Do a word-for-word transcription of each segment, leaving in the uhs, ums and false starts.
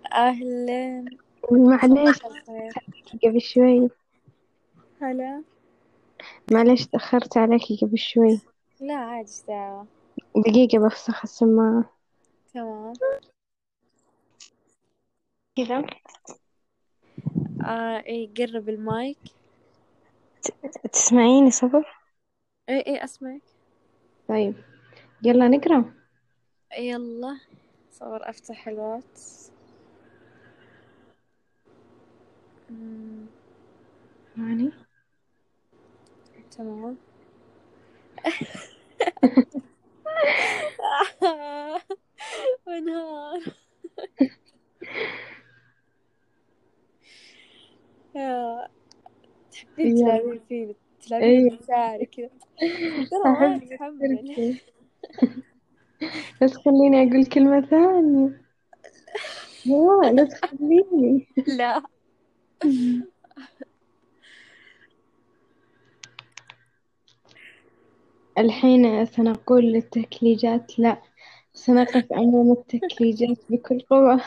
أهلين. معليش صباح الخير. قبل شوي. هلا. معليش تأخرت عليكي قبل شوي. لا عادي ساعة. دقيقة بفسخ السماعة تمام. كذا. آه إيه، قرب المايك. تسمعيني صبر؟ إيه إيه أسمعك. طيب يلا نقرأ. يلا. صور أفتح الواتس. مم، يعني تمام. ونهار. يا تحبين يلا. تلعبين فيني، تلعبين ايه بمشاعري كذا. ترى ما أحب أتحمل. أشاركك، بس خليني أقول كلمة ثانية. لا لا تخليني. لا. الحين سنقول للتكليجات لا، سنقف أمام التكليجات بكل قوة.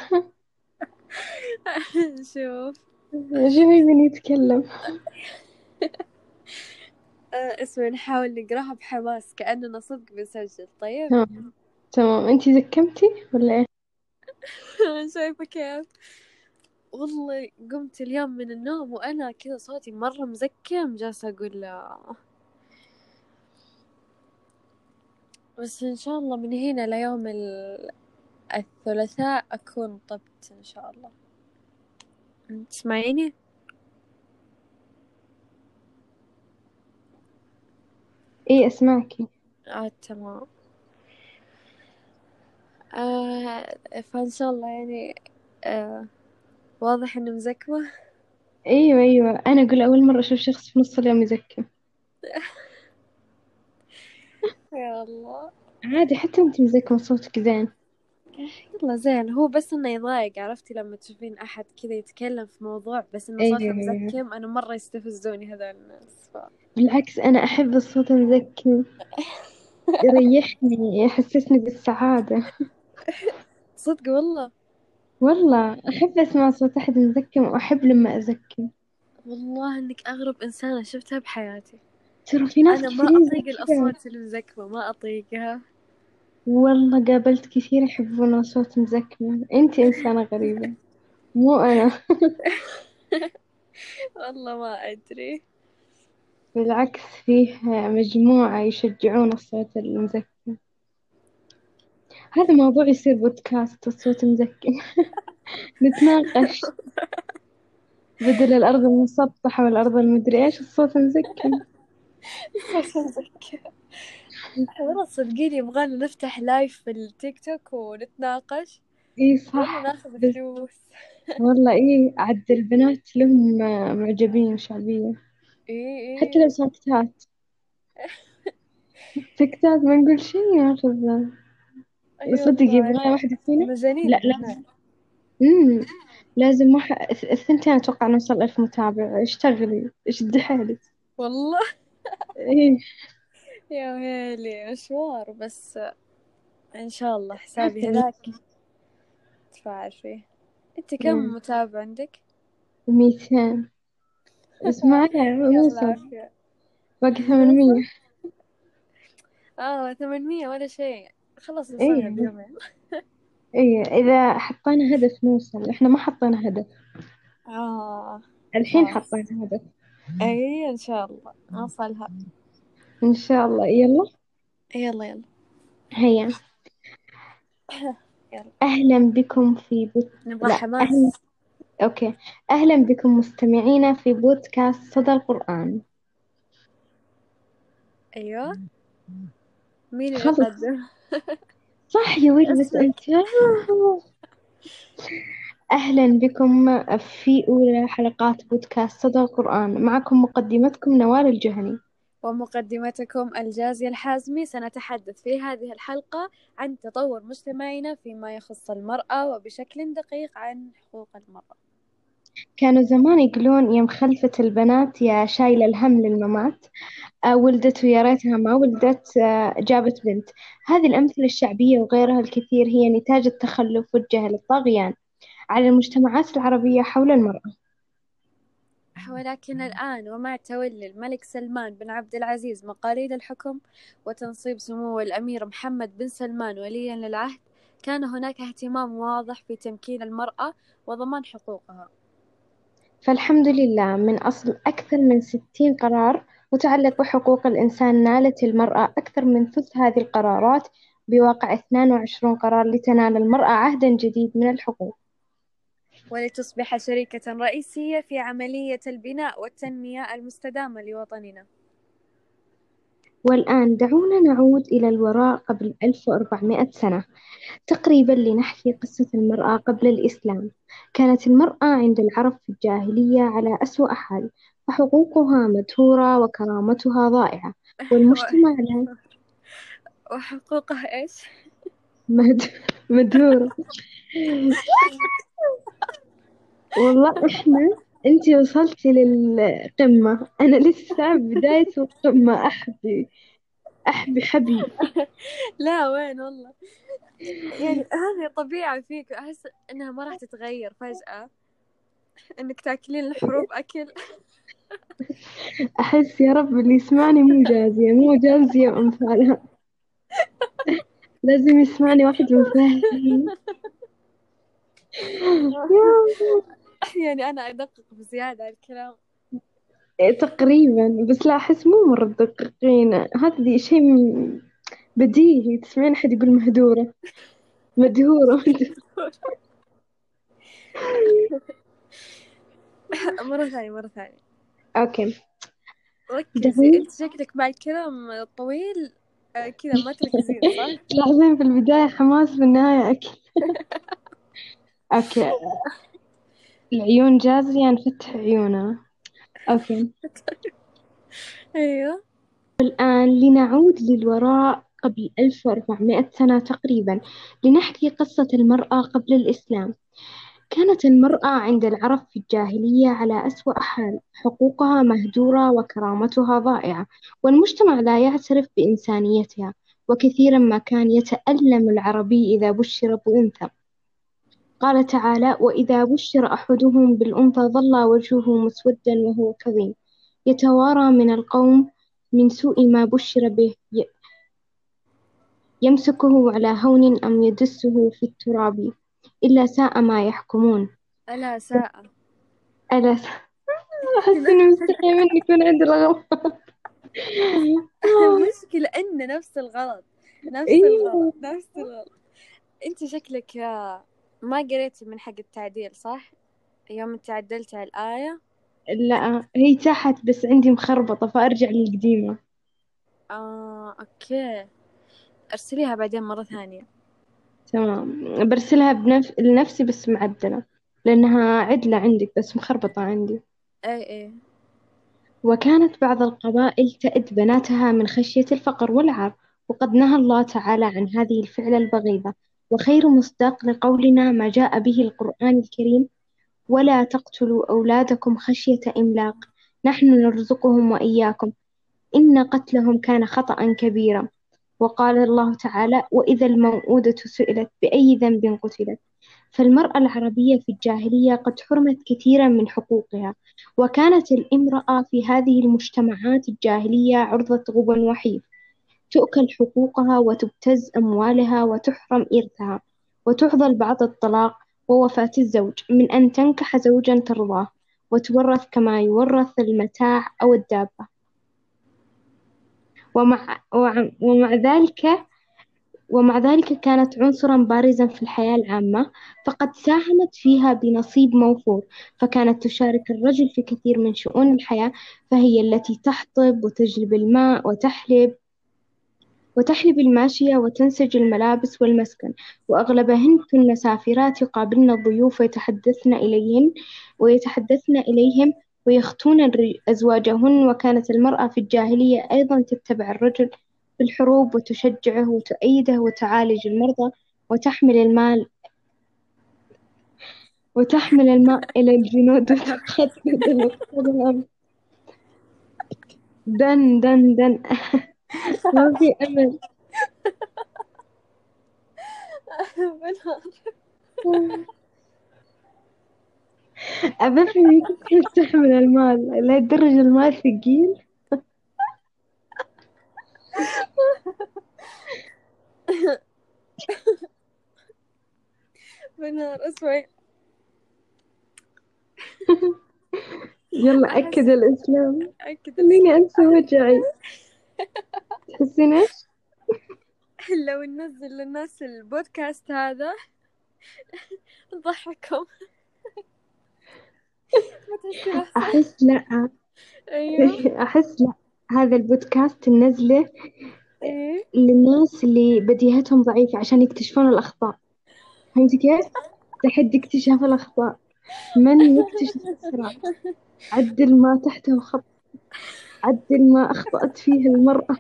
شوف. شوي من يتكلم. آه اسمع، نحاول نقراها بحماس كأننا صدق بنسجل. طيب. تمام تمام، انتي زكمتي ولا ايه؟ شايفة كيف. والله قمت اليوم من النوم وأنا كذا صوتي مرة مزكم، جالسة أقول لا. بس إن شاء الله من هنا ليوم ال- الثلاثاء أكون طبت إن شاء الله. تسمعيني؟ ايه اسمعكي. آه تمام. آه فإن شاء الله يعني. آه واضح إنه مزكمة. ايوه ايوه، انا اقول اول مرة اشوف شخص في نص اليوم يزكم. يا الله. عادي حتى انت مزكمة صوتك زين. يلا زين، هو بس إنه يضايق، عرفتي لما تشوفين أحد كذا يتكلم في موضوع بس إنه ايوه صوته ايوه، مزكم، أنا مرة يستفزوني هذول الناس ف... بالعكس انا احب الصوت المزكم، يريحني يحسسني بالسعادة. صدق والله. والله احب اسمع صوت احد مزكم واحب لما ازكم. والله إنك أغرب إنسانة شفتها بحياتي. ترى في ناس أنا ما كثيرين زي أطيق كذا. الأصوات المزكمة، ما أطيقها. والله قابلت كثير يحبون الصوت مزكمة، انت انسانة غريبة مو انا. والله ما أدري. بالعكس فيه مجموعة يشجعون الصوت المزكم. هذا موضوع يصير بودكاست الصوت مزكم. نتناقش بدل الأرض المسطحة والأرض المدري إيش الصوت مزكم. صوت مزكم. خلاص صدقيني، يبغانا نفتح لايف في التيك توك ونتناقش. إي ولا صح. ناخذ بس فلوس. والله إي عد البنات لهم معجبين شعبية، إيه حتى لو إيه. ساكتات. سكتات ما نقول شيء ياخذ. أي صدق والله. يبغى واحدة فينا. مجانين لا البنات. لازم. مم. لازم واحد. الثنتين أتوقع نوصل ألف متابع، اشتغلي اشدي حيلك. والله. إيه. يا ويلي مشوار بس. إن شاء الله حسابي لكن هذاك تفاعل فيه. أنت كم متابع عندك؟ ميتين. بس ما عليه يعطي نوصل. العافية. باقي نوصل. ثمانمية. اه ثمانمية ولا شيء. خلاص نوصلها ايه بيومين. ايه، اذا حطينا هدف نوصل، احنا ما حطينا هدف. اه الحين خلاص. حطينا هدف. اي ان شاء الله نوصلها. ان شاء الله يلا. يلا يلا. هيا. يلا. اهلا بكم في بوت... نبغى لا اهلا. حماس. اوكي. اهلا بكم مستمعينا في بودكاست صدى القرآن. ايوه. مين اللي خلص. يقدم؟ صح يا ويلي بس اسمك. انت. اهلا بكم في اولى حلقات بودكاست صدى القرآن، معكم مقدمتكم نوال الجهني. ومقدمتكم الجازية الحازمي. سنتحدث في هذه الحلقة عن تطور مجتمعنا فيما يخص المرأة، وبشكل دقيق عن حقوق المرأة. كانوا زمان يقولون يا مخلفة البنات يا شايلة الهم للممات، آه، ولدت ويا ريتها ما ولدت، آه، جابت بنت. هذه الأمثلة الشعبية وغيرها الكثير هي نتاج التخلف والجهل الطاغيان. على المجتمعات العربية حول المرأة. ولكن الآن ومع تولي الملك سلمان بن عبد العزيز مقاليد الحكم وتنصيب سمو الأمير محمد بن سلمان وليا للعهد، كان هناك اهتمام واضح في تمكين المرأة وضمان حقوقها. فالحمد لله، من أصل أكثر من ستين قرار متعلق بحقوق الإنسان، نالت المرأة أكثر من ثلث هذه القرارات، بواقع اثنين وعشرين قرار لتنال المرأة عهدا جديد من الحقوق، ولتصبح شريكة رئيسية في عملية البناء والتنمية المستدامة لوطننا. والآن دعونا نعود إلى الوراء قبل ألف وأربعمائة سنة تقريبا لنحكي قصة المرأة قبل الإسلام. كانت المرأة عند العرب في الجاهلية على أسوأ حال، فحقوقها مدهورة وكرامتها ضائعة، والمجتمع لا وحقوقها إيش؟ مد- مدهورة. والله إحنا، أنتي وصلتي للقمة، أنا لسه بداية القمة. أحبي أحبي حبي. لا وين والله، يعني هذه طبيعة فيك، أحس إنها ما راح تتغير فجأة، إنك تاكلين الحروف أكل. أحس يا رب اللي يسمعني مو جازية، مو جازية أمثالها، لازم يسمعني واحد مفهم. يعني أنا أدقق بزيادة على الكلام. إيه تقريبا، بس لا أحس مو مرة تدققين، هذا شيء م- بديهي. تسمعين أحد يقول مهدورة، مدهورة. مرة ثانية مرة ثانية، أوكي، ركزي، دعين. أنت شكلك مع الكلام الطويل آه، كذا ما تركزين صح؟ تلاحظين في البداية حماس، في النهاية أكل. أوكي، العيون جازية، نفتح عيوننا. أوكي، أيوه. الآن لنعود للوراء قبل ألف وأربعمائة سنة تقريبا لنحكي قصة المرأة قبل الإسلام. كانت المرأة عند العرب في الجاهلية على أسوأ حال، حقوقها مهدورة وكرامتها ضائعة، والمجتمع لا يعترف بإنسانيتها، وكثيرا ما كان يتألم العربي إذا بشر بأنثى. قال تعالى: وإذا بشر أحدهم بالأنثى ظل وجهه مسودا وهو كظيم يتوارى من القوم من سوء ما بشر به، ي- يمسكه على هون أم يدسه في التراب إلا ساء ما يحكمون. ألا ساء. ألا أحس إني مستحيل مني يكون عندي الغلط. المشكلة إن نفس الغلط، نفس إيه. الغلط نفس الغلط. أنت شكلك آه، ما قريتي من حق التعديل صح؟ يوم تعدلتي على الآية. لا، هي تحت بس عندي مخربطة، فأرجع للقديمة. آه أوكي، أرسليها بعدين مرة ثانية. تمام، برسلها بنف... لنفسي بس معدلة، لأنها عدلة عندك بس مخربطة عندي. أي أي. وكانت بعض القبائل تئد بناتها من خشية الفقر والعار، وقد نهى الله تعالى عن هذه الفعلة البغيضة. وخير مصداق لقولنا ما جاء به القرآن الكريم: ولا تقتلوا أولادكم خشية إملاق نحن نرزقهم وإياكم إن قتلهم كان خطأ كبيرا. وقال الله تعالى: وإذا الموءودة سئلت بأي ذنب قتلت. فالمرأة العربية في الجاهلية قد حرمت كثيرا من حقوقها، وكانت الامرأة في هذه المجتمعات الجاهلية عرضة غبن وحيد، تؤكل حقوقها وتبتز أموالها وتحرم إرثها، وتعضل بعد الطلاق ووفاة الزوج من أن تنكح زوجا ترضاه، وتورث كما يورث المتاع أو الدابة. ومع, وع- ومع ذلك ومع ذلك كانت عنصرا بارزا في الحياة العامة، فقد ساهمت فيها بنصيب موفور، فكانت تشارك الرجل في كثير من شؤون الحياة، فهي التي تحطب وتجلب الماء وتحلب وتحلب الماشية وتنسج الملابس والمسكن. وأغلبهن كن سافرات يقابلن الضيوف ويتحدثن إليهن ويتحدثن إليهم ويختون الر- أزواجهن. وكانت المرأة في الجاهلية أيضا تتبع الرجل في الحروب وتشجعه وتؤيده وتعالج المرضى وتحمل المال وتحمل الماء إلى الجنود وتخطط المقتدى. دن دن دن. ما في أمل. أبفهم كيف تستحمل المال لهالدرجة، المال ثقيل. بنار اسمعي. يلا أحس أكد الإسلام، أكد خليني الإسلام. أنسى وجعي. تحسين إيش؟ لو ننزل للناس البودكاست هذا نضحكهم. ما تحسين أحسن؟ أحس لا. أيوه. أحس لا، هذا البودكاست ننزله إيه. للناس اللي بديهتهم ضعيفة عشان يكتشفون الأخطاء. فهمتي كيف؟ تحدي اكتشاف الأخطاء، من يكتشف أسرع. عدل ما تحته خط، عدل ما أخطأت فيه المرأة.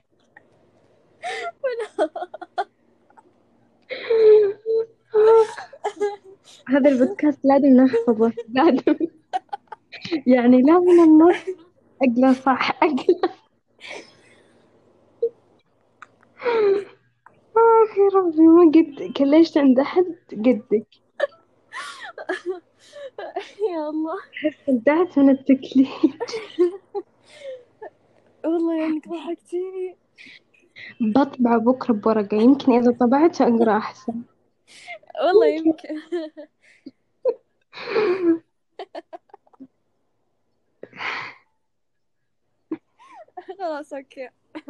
هذا البودكاست لازم نحفظه، لازم. يعني لا، من النص أقله صح، أقله. آخ يا ربي، ما قد كلشت عند أحد قدك. يا الله. استمتعت من التكليف. والله يا إنك ضحكتيني. بطبع بكرة بورقة، يمكن إذا طبعت أقرأ أحسن. والله يمكن. خلاص أوكي.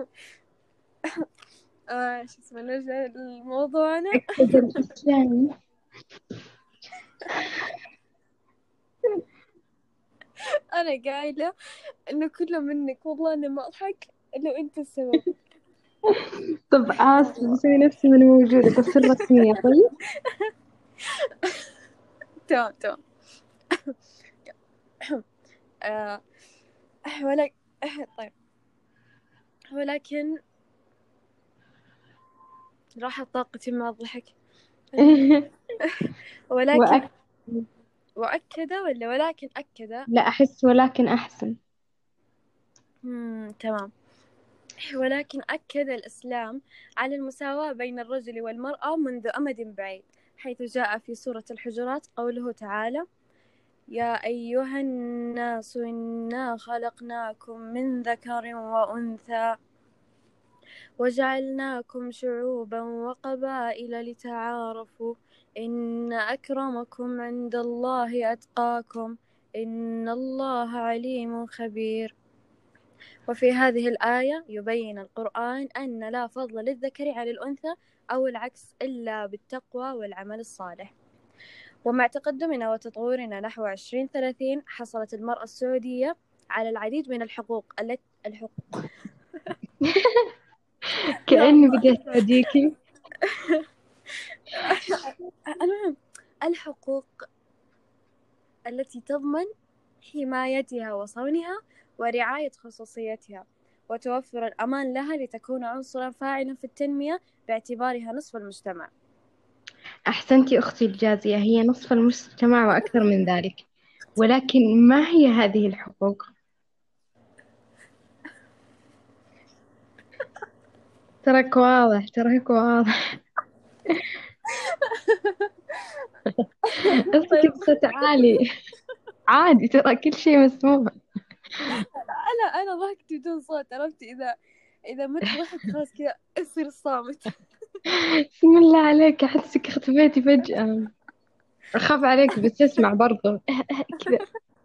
آه شو اسمه، نرجع لموضوعنا. أكد الإسلام. أنا قايلة إنه كله منك، والله أنا ما أضحك إلا أنت السبب. طب آسف، بسوي نفسي من موجودة، بصير رسمية. طيب تمام تمام. آه ولكن طيب، ولكن راحت طاقتي مع الضحك. ولكن وأك... وأكد ولا ولكن أكد. لا، أحس ولكن أحسن. مم، تمام. ولكن أكد الإسلام على المساواة بين الرجل والمرأة منذ أمد بعيد، حيث جاء في سورة الحجرات قوله تعالى: يا أيها الناس إنا خلقناكم من ذكر وأنثى وجعلناكم شعوبا وقبائل لتعارفوا إن أكرمكم عند الله أتقاكم إن الله عليم خبير. وفي هذه الآية يبين القرآن أن لا فضل للذكر على الأنثى أو العكس إلا بالتقوى والعمل الصالح. ومع تقدمنا وتطورنا نحو عشرين ثلاثين حصلت المرأة السعودية على العديد من الحقوق التي الحقوق يا كأني الله. بديت أديكي. المهم، الحقوق التي تضمن حمايتها وصونها ورعاية خصوصيتها وتوفر الأمان لها لتكون عنصرا فاعلا في التنمية باعتبارها نصف المجتمع. أحسنتي أختي الجازية، هي نصف المجتمع وأكثر من ذلك. ولكن ما هي هذه الحقوق؟ ترك واضح، ترك واضح. اصوتي طيب. بصوت عالي. عادي، ترى كل شيء مسموع. أنا أنا ضحكت بدون صوت، عرفتي؟ إذا إذا ما تضحك خلاص كذا يصير الصامت. بسم الله عليك، أحسك اختفيتي فجأة. أخاف عليك بس أسمع برضو. كذا.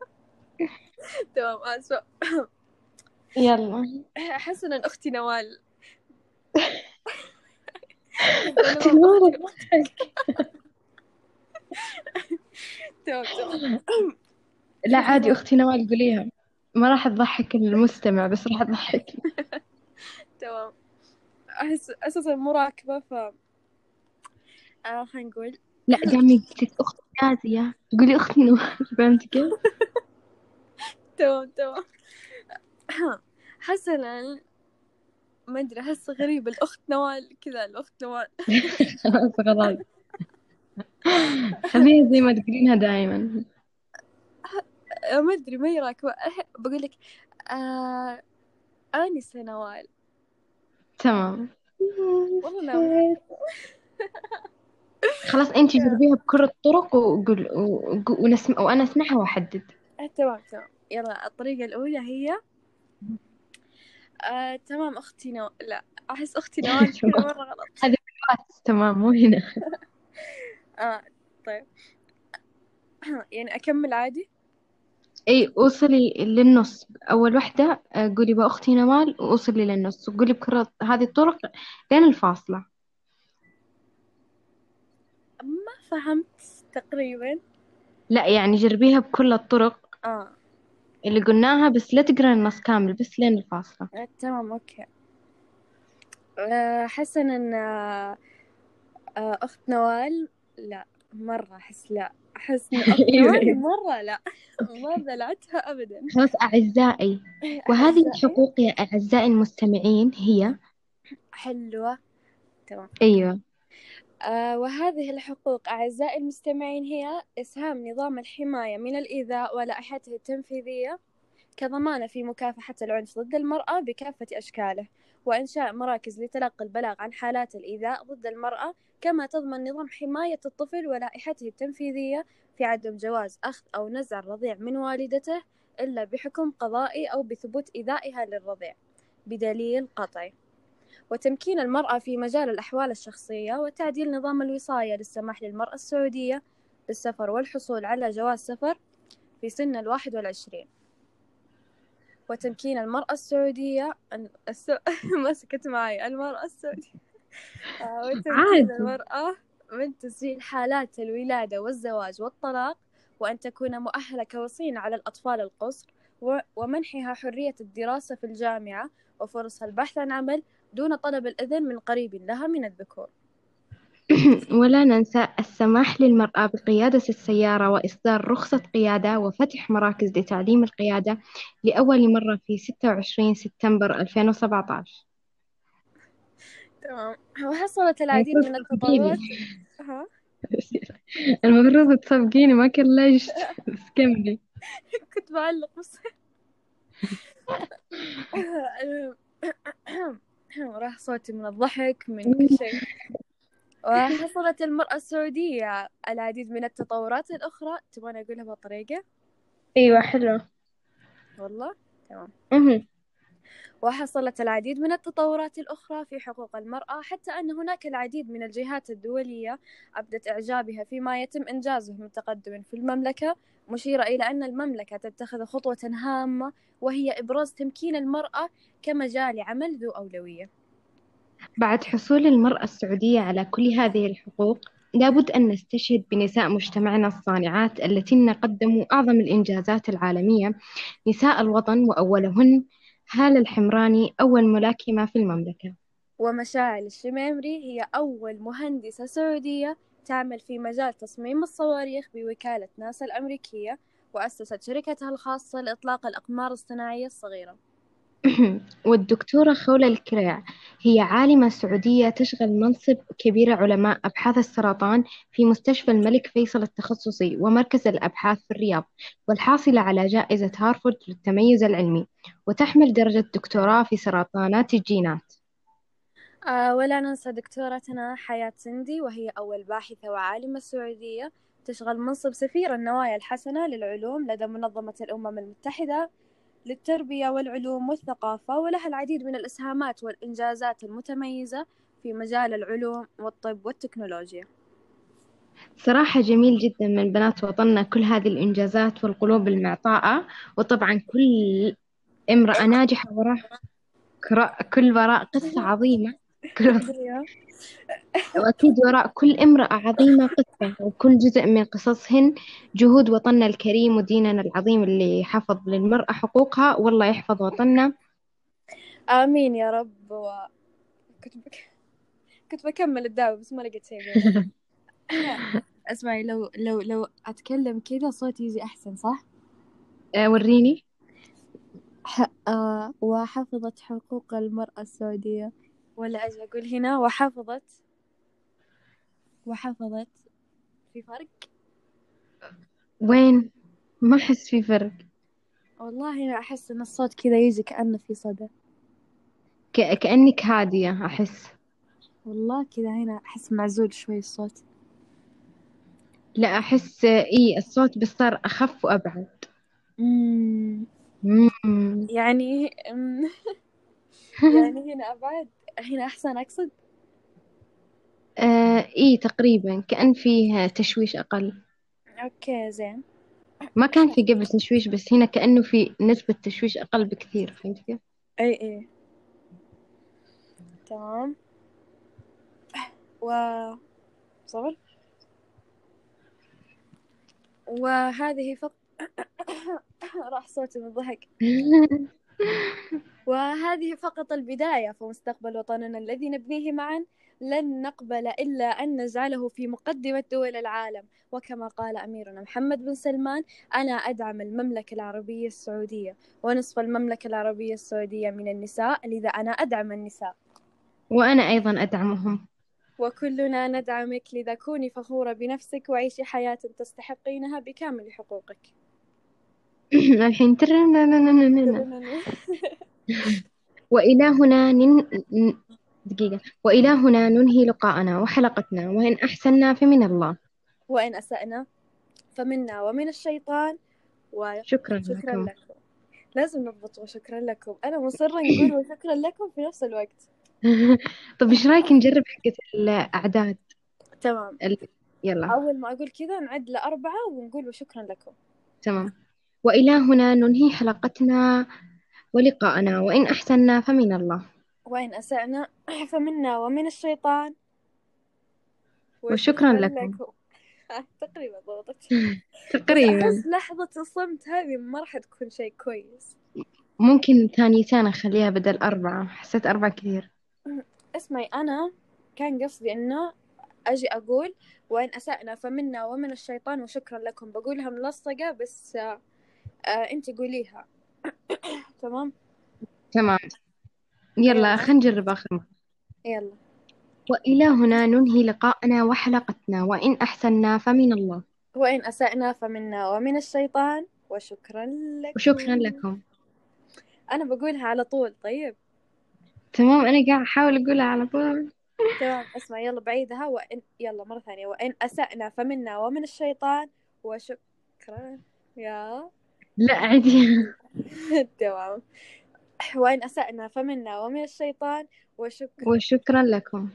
تمام آسفة. يلا. حسنا أختي نوال. أختي المهم نورة أختي. تضحك. تمام تمام. لا عادي، أختي نوال قوليها، ما راح تضحك المستمع بس راح تضحك. تمام. أحس أساسا مراكبة ف آه خلينا نقول. لا، دامي قلت لك أختي نازية تقولي أختي نوال. فهمت كيف؟ تمام تمام. حسنا ما أدري، أحس غريب الأخت نوال كذا، الأخت نوال. خلاص خلاص، خليها زي ما تقولينها دائما. ما أدري، ما هي راكبة. بقول لك آه آنسة نوال. تمام. والله نام. خلاص أنت جربيها بكل الطرق وقول وق- ونسمع وأنا أسمعها وأحدد. آه تمام تمام. يلا الطريقة الأولى هي آه تمام أختي نو لا، أحس أختي نوال كذا مرة غلط. هذا بالواتس تمام مو هنا. آه طيب. يعني أكمل عادي. اي وصلي للنص، اول وحدة آه، قولي باختي نوال ووصلي للنص وقولي بكرة هذه الطرق لين الفاصلة. ما فهمت تقريبا. لا يعني جربيها بكل الطرق آه, اللي قلناها، بس لا تقرأ النص كامل، بس لين الفاصلة. آه تمام أوكي. آه حسنا إن آه آه، أخت نوال لا، مرة أحس لا، أحس إن أخت ايوه نوال ايوه. مرة لا، ما بلعتها أبدا. خلاص أعزائي، وهذه أعزائي. الحقوق يا أعزائي المستمعين هي. حلوة. تمام. أيوة. آه وهذه الحقوق أعزائي المستمعين هي إسهام نظام الحماية من الإيذاء ولائحته التنفيذية كضمانة في مكافحة العنف ضد المرأة بكافة أشكاله، وإنشاء مراكز لتلقي البلاغ عن حالات الإيذاء ضد المرأة، كما تضمن نظام حماية الطفل ولائحته التنفيذية في عدم جواز أخذ أو نزع الرضيع من والدته إلا بحكم قضائي أو بثبوت إيذائها للرضيع بدليل قطعي، وتمكين المرأة في مجال الأحوال الشخصية، وتعديل نظام الوصاية للسماح للمرأة السعودية بالسفر والحصول على جواز سفر في سن الواحد والعشرين، وتمكين المرأة السعودية الس... مسكت معي المرأة السعودية آه، وتمكين عادي. المرأة من تسجيل حالات الولادة والزواج والطلاق، وأن تكون مؤهلة كوصية على الأطفال القصر، و... ومنحها حرية الدراسة في الجامعة وفرص البحث عن عمل دون طلب الإذن من قريب لها من الذكور. ولا ننسى السماح للمرأة بقيادة السيارة وإصدار رخصة قيادة وفتح مراكز لتعليم القيادة لأول مرة في ستة وعشرين سبتمبر ألفين وسبعة عشر. تمام. وحصلت العديد المفروض من تصدقيني. التطورات. ها. المفروض تصدقيني ما كلجت، بس كملي. كنت بعلق بس. راح صوتي من الضحك من كل شيء. وحصلت المرأة السعودية العديد من التطورات الأخرى، تبغى أقولها بطريقة؟ أيوة حلوة. والله تمام. أمم. وحصلت العديد من التطورات الأخرى في حقوق المرأة، حتى أن هناك العديد من الجهات الدولية أبدت إعجابها فيما يتم إنجازه من تقدم في المملكة، مشيرة إلى أن المملكة تتخذ خطوة هامة وهي إبراز تمكين المرأة كمجال عمل ذو أولوية. بعد حصول المرأة السعودية على كل هذه الحقوق، لابد أن نستشهد بنساء مجتمعنا الصانعات التين قدموا أعظم الإنجازات العالمية. نساء الوطن، وأولهن هالة الحمراني أول ملاكمة في المملكة. ومشاعل الشميمري هي أول مهندسة سعودية تعمل في مجال تصميم الصواريخ بوكالة ناسا الأمريكية، وأسست شركتها الخاصة لإطلاق الأقمار الصناعية الصغيرة. والدكتورة خولة الكريع هي عالمة سعودية تشغل منصب كبير علماء أبحاث السرطان في مستشفى الملك فيصل التخصصي ومركز الأبحاث في الرياض، والحاصلة على جائزة هارفارد للتميز العلمي، وتحمل درجة دكتوراه في سرطانات الجينات. آه ولا ننسى دكتورتنا حياة سندي، وهي أول باحثة وعالمة سعودية تشغل منصب سفير النوايا الحسنة للعلوم لدى منظمة الأمم المتحدة للتربية والعلوم والثقافة، ولها العديد من الإسهامات والإنجازات المتميزة في مجال العلوم والطب والتكنولوجيا. صراحة جميل جدا من بنات وطننا كل هذه الإنجازات والقلوب المعطاءة. وطبعا كل امرأة ناجحة وراء كرا- كل وراء قصة عظيمة. أدري. وأكيد وراء كل امرأة عظيمة قصة، وكل جزء من قصصهن جهود وطننا الكريم وديننا العظيم اللي حفظ للمرأة حقوقها، والله يحفظ وطننا. آمين يا رب. وكنت بك... كنت بكمل الدعوة بس ما لقيت شيء أقوله. اسمعي، لو لو لو أتكلم كذا صوتي يجي أحسن صح؟ أه وريني. ح... آه وحفظت حقوق المرأة السعودية، ولا أجي أقول هنا وحفظت وحفظت في فرق؟ وين؟ ما أحس في فرق. والله أنا أحس إن الصوت كذا يجي كأنه في صدى. ك- كأنك هادية أحس. والله كذا هنا أحس معزول شوي الصوت. لا أحس إيه الصوت بس صار أخف وأبعد. مم. مم. يعني مم. يعني هنا أبعد، هنا أحسن أقصد. آه إيه تقريبا كأن فيه تشويش أقل. أوكي زين. ما كان في قبل تشويش بس هنا كأنه في نسبة تشويش أقل بكثير، فهمت كيف؟ أي أي تمام. و صبر. وهذه فقط راح صوتي من الضحك. وهذه فقط البداية، فمستقبل وطننا الذي نبنيه معا لن نقبل إلا أن نجعله في مقدمة دول العالم. وكما قال أميرنا محمد بن سلمان: أنا أدعم المملكة العربية السعودية، ونصف المملكة العربية السعودية من النساء، لذا أنا أدعم النساء. وأنا أيضا أدعمهم. وكلنا ندعمك، لذا كوني فخورة بنفسك وعيشي حياة تستحقينها بكامل حقوقك. الحين ترى. وإلهنا نن... ن- دقيقة. وإلهنا ننهي لقاءنا وحلقتنا، وإن أحسنا فمن الله، وإن أسأنا فمنا ومن الشيطان، شكرا وشكرا لكم. لكم. لازم نضبط وشكرا لكم، أنا مصرة نقول وشكرا لكم في نفس الوقت. طب إيش رأيك نجرب حقة الأعداد؟ تمام. ال... يلا. أول ما أقول كذا نعد لأربعة ونقول وشكرا لكم. تمام. وإلهنا ننهي حلقتنا ولقاءنا، وإن أحسنا فمن الله، وإن أسأنا فمنا ومن الشيطان، وشكرا وشكرا لكم. لكم. تقريبا ضبطت. بس تقريبا. أحس لحظة الصمت هذه ما راح تكون شيء كويس. ممكن ثانيتين أخليها بدل أربعة، حسيت أربعة كثير. اسمعي، أنا كان قصدي إنه أجي أقول وإن أسأنا فمنا ومن الشيطان وشكرا لكم، بقولها ملصقة بس آه آه أنت قوليها. تمام. تمام. يلا يلا خلينا نجرب آخر مرة. يلا. وإلهنا ننهي لقاءنا وحلقتنا، وإن أحسنا فمن الله، وإن أسأنا فمنا ومن الشيطان وشكرا وشكرا لكم. لكم. أنا بقولها على طول. طيب تمام، أنا قاعد أحاول أقولها على طول. تمام. اسمع يلا بعيدها. وإن يلا مرة ثانية. وإن أسأنا فمنا ومن الشيطان وشكرا. يا لا عادي. تمام. وإن أسأنا فمنا ومن الشيطان وشكرا. وشكرا لكم.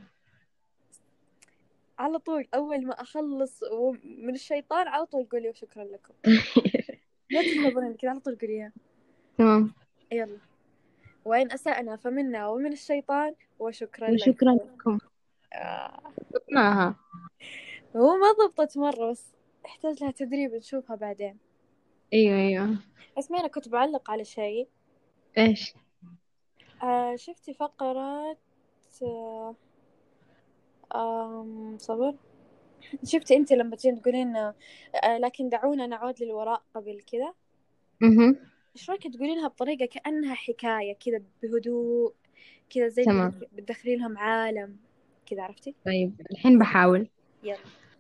على طول أول ما أخلص من الشيطان على طول قولي وشكرا لكم. لا تتهبرين كذا، على طول قوليها. تمام. يلا. وإن أسأنا فمنا ومن الشيطان وشكرا وشكرا لكم. لكم. آه. قلناها. هو ما ضبطت مرة، بس احتاج لها تدريب، نشوفها بعدين. أيوة أيوة. اسمعي، أنا كنت بعلق على شيء. إيش؟ آه شفتي فقرة آه آم صبر. شفتي أنت لما تجين تقولين آه لكن دعونا نعود للوراء قبل كذا؟ مهم. إيش رأيك تقولينها بطريقة كأنها حكاية كذا بهدوء، كذا زي اللي تمام. بتدخ- بتدخلين لهم عالم كذا، عرفتي؟ طيب الحين بحاول. يلا.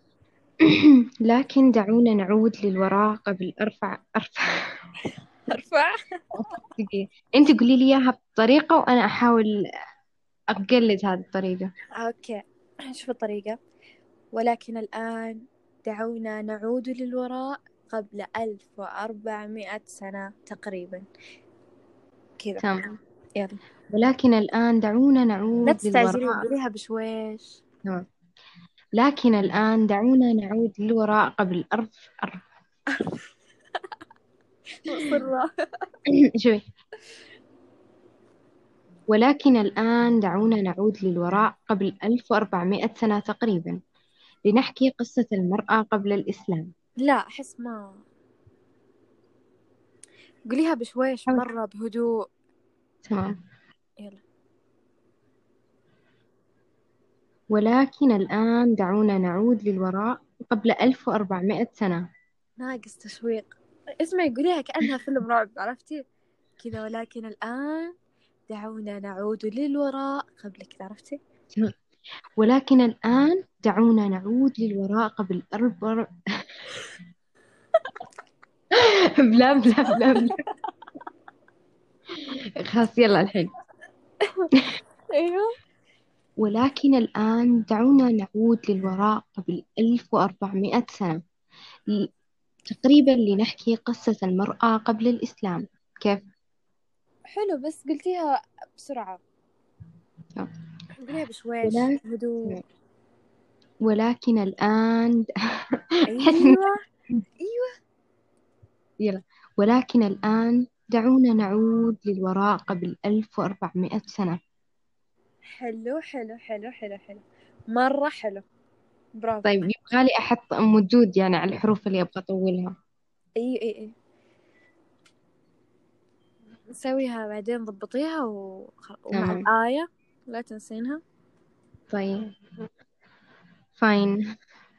لكن دعونا نعود للوراء قبل أرفع أرفع. أرفع. دقيقة. أنت قولي لي إياها بطريقة وأنا أحاول أقلد هذه الطريقة. أوكي شوف الطريقة. ولكن الآن دعونا نعود للوراء قبل ألف وأربعمائة سنة تقريبا كذا. تمام. يلا. ولكن الآن دعونا لا نعود تستعجلين، للوراء. قوليها بشويش. تمام. لكن الآن دعونا نعود للوراء قبل أرف أرف. مصرة. شوي. ولكن الآن دعونا نعود للوراء قبل ألف وأربعمائة سنة تقريبا، لنحكي قصة المرأة قبل الإسلام. لا أحس ما، قوليها بشويش حاول. مرة بهدوء. تمام. يلا. ولكن الآن دعونا نعود للوراء قبل ألف وأربعمائة سنة. ناقص تشويق. اسمعي قوليها كأنها فيلم رعب، عرفتي كذا. ولكن الآن دعونا نعود للوراء قبل كذا، عرفتي؟ تمام. ولكن الآن دعونا نعود للوراء قبل أربع. بلا بلا بلا بلا. خلاص يلا الحين. أيوه. ولكن الآن دعونا نعود للوراء قبل ألف وأربعمائة سنة. ل- تقريبا لنحكي قصة المرأة قبل الإسلام. كيف؟ حلو، بس قلتيها بسرعة، قوليها بشويش ولكن بهدوء. ولكن الآن أحس إني- أيوة. أيوة. يلا. ولكن الآن دعونا نعود للوراء قبل ألف وأربعمائة سنة. حلو حلو حلو حلو حلو، مرة حلو، برافو. طيب يبغالي أحط مدود يعني على الحروف اللي أبغى أطولها. أي أي أي، نسويها بعدين، ضبطيها و... ومع تمام. الآية لا تنسينها. طيب فاين.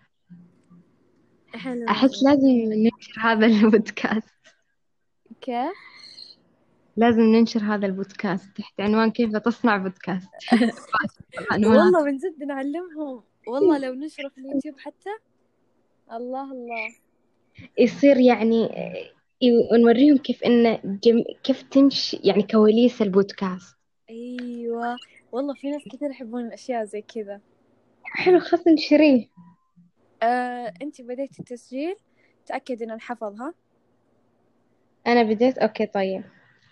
حلو يا أحس زين. لازم ننشر هذا البودكاست. كيف؟ لازم ننشر هذا البودكاست تحت عنوان كيف تصنع بودكاست. عنوانات. والله من جد نعلمهم، والله لو نشره في اليوتيوب حتى. الله الله. يصير يعني ي- ونوريهم كيف إنه جم... كيف تمشي يعني كواليس البودكاست. أيوة، والله في ناس كثير يحبون الأشياء زي كذا. حلو، خلاص نشريه. آه، أنتي بديتي التسجيل، تأكدي إن انحفظ ها. أنا بديت. أوكي طيب.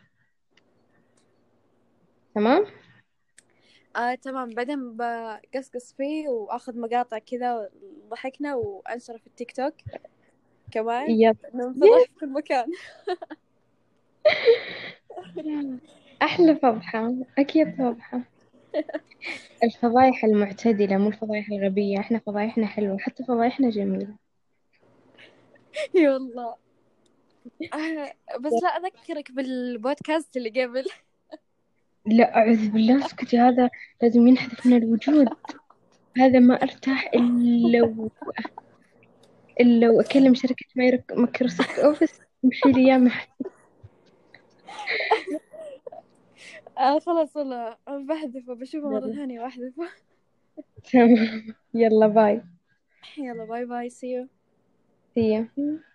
تمام. آه تمام، بعدين بقصقص فيه وآخذ مقاطع كذا ضحكنا وأنشره في التيك توك كمان، يب. ننفضح في كل مكان. أحلى فضحة أكيد فضحة. الفضايح المعتدلة مو الفضايح الغبية، إحنا فضايحنا حلوة، حتى فضايحنا جميلة. اي والله. آه، بس لا أذكرك بالبودكاست اللي قبل. لا أعوذ بالله اسكتي، هذا لازم ينحذف من الوجود. هذا ما أرتاح إلا و... إلا وأكلم شركة مايرك- مايكروسوفت أوفيس تمشي لي يا مح. آه خلاص والله بحذفه، بشوفه مرة ثانية وأحذفه. تمام. يلا باي. يلا باي باي، see you. See you.